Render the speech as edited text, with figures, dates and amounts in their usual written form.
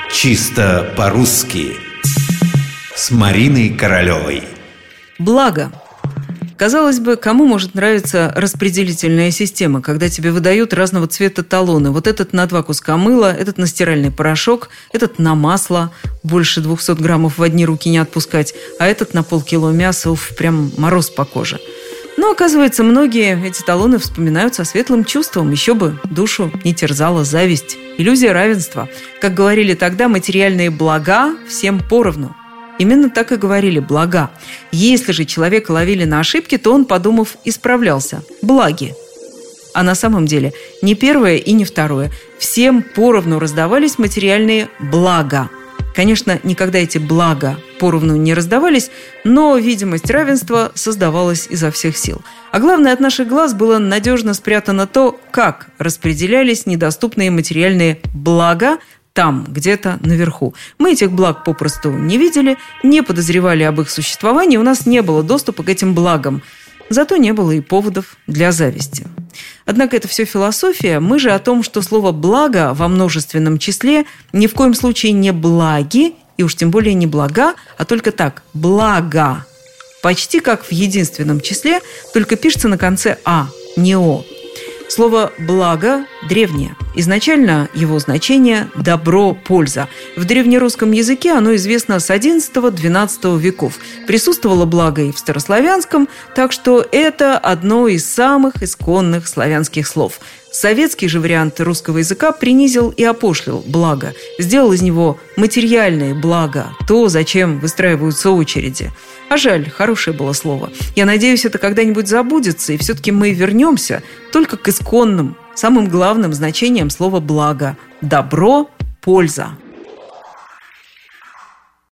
Чисто по-русски с Мариной Королевой. Благо. Казалось бы, кому может нравиться распределительная система, когда тебе выдают разного цвета талоны? Вот этот на 2 куска мыла, этот на стиральный порошок, этот на масло, больше 200 граммов в одни руки не отпускать, а этот на полкило мяса, прям мороз по коже. Но, оказывается, многие эти талоны вспоминают со светлым чувством. Еще бы душу не терзала зависть. Иллюзия равенства. Как говорили тогда, материальные блага всем поровну. Именно так и говорили блага. Если же человека ловили на ошибки, то он, подумав, исправлялся. Благи. А на самом деле не первое и не второе. Всем поровну раздавались материальные блага. Конечно, никогда эти блага поровну не раздавались, но видимость равенства создавалась изо всех сил. А главное, от наших глаз было надежно спрятано то, как распределялись недоступные материальные блага там, где-то наверху. Мы этих благ попросту не видели, не подозревали об их существовании, у нас не было доступа к этим благам. Зато не было и поводов для зависти. Однако это все философия. Мы же о том, что слово «благо» во множественном числе ни в коем случае не благи, и уж тем более не блага, а только так – благо. Почти как в единственном числе, только пишется на конце «а», не «о». Слово «благо» древнее. Изначально его значение «добро», «польза». В древнерусском языке оно известно с XI-XII веков. Присутствовало благо и в старославянском, так что это одно из самых исконных славянских слов. Советский же вариант русского языка принизил и опошлил благо, сделал из него материальные блага, то, зачем выстраиваются очереди. А жаль, хорошее было слово. Я надеюсь, это когда-нибудь забудется, и все-таки мы вернемся только к исконным, самым главным значениям слова «благо» – добро, польза.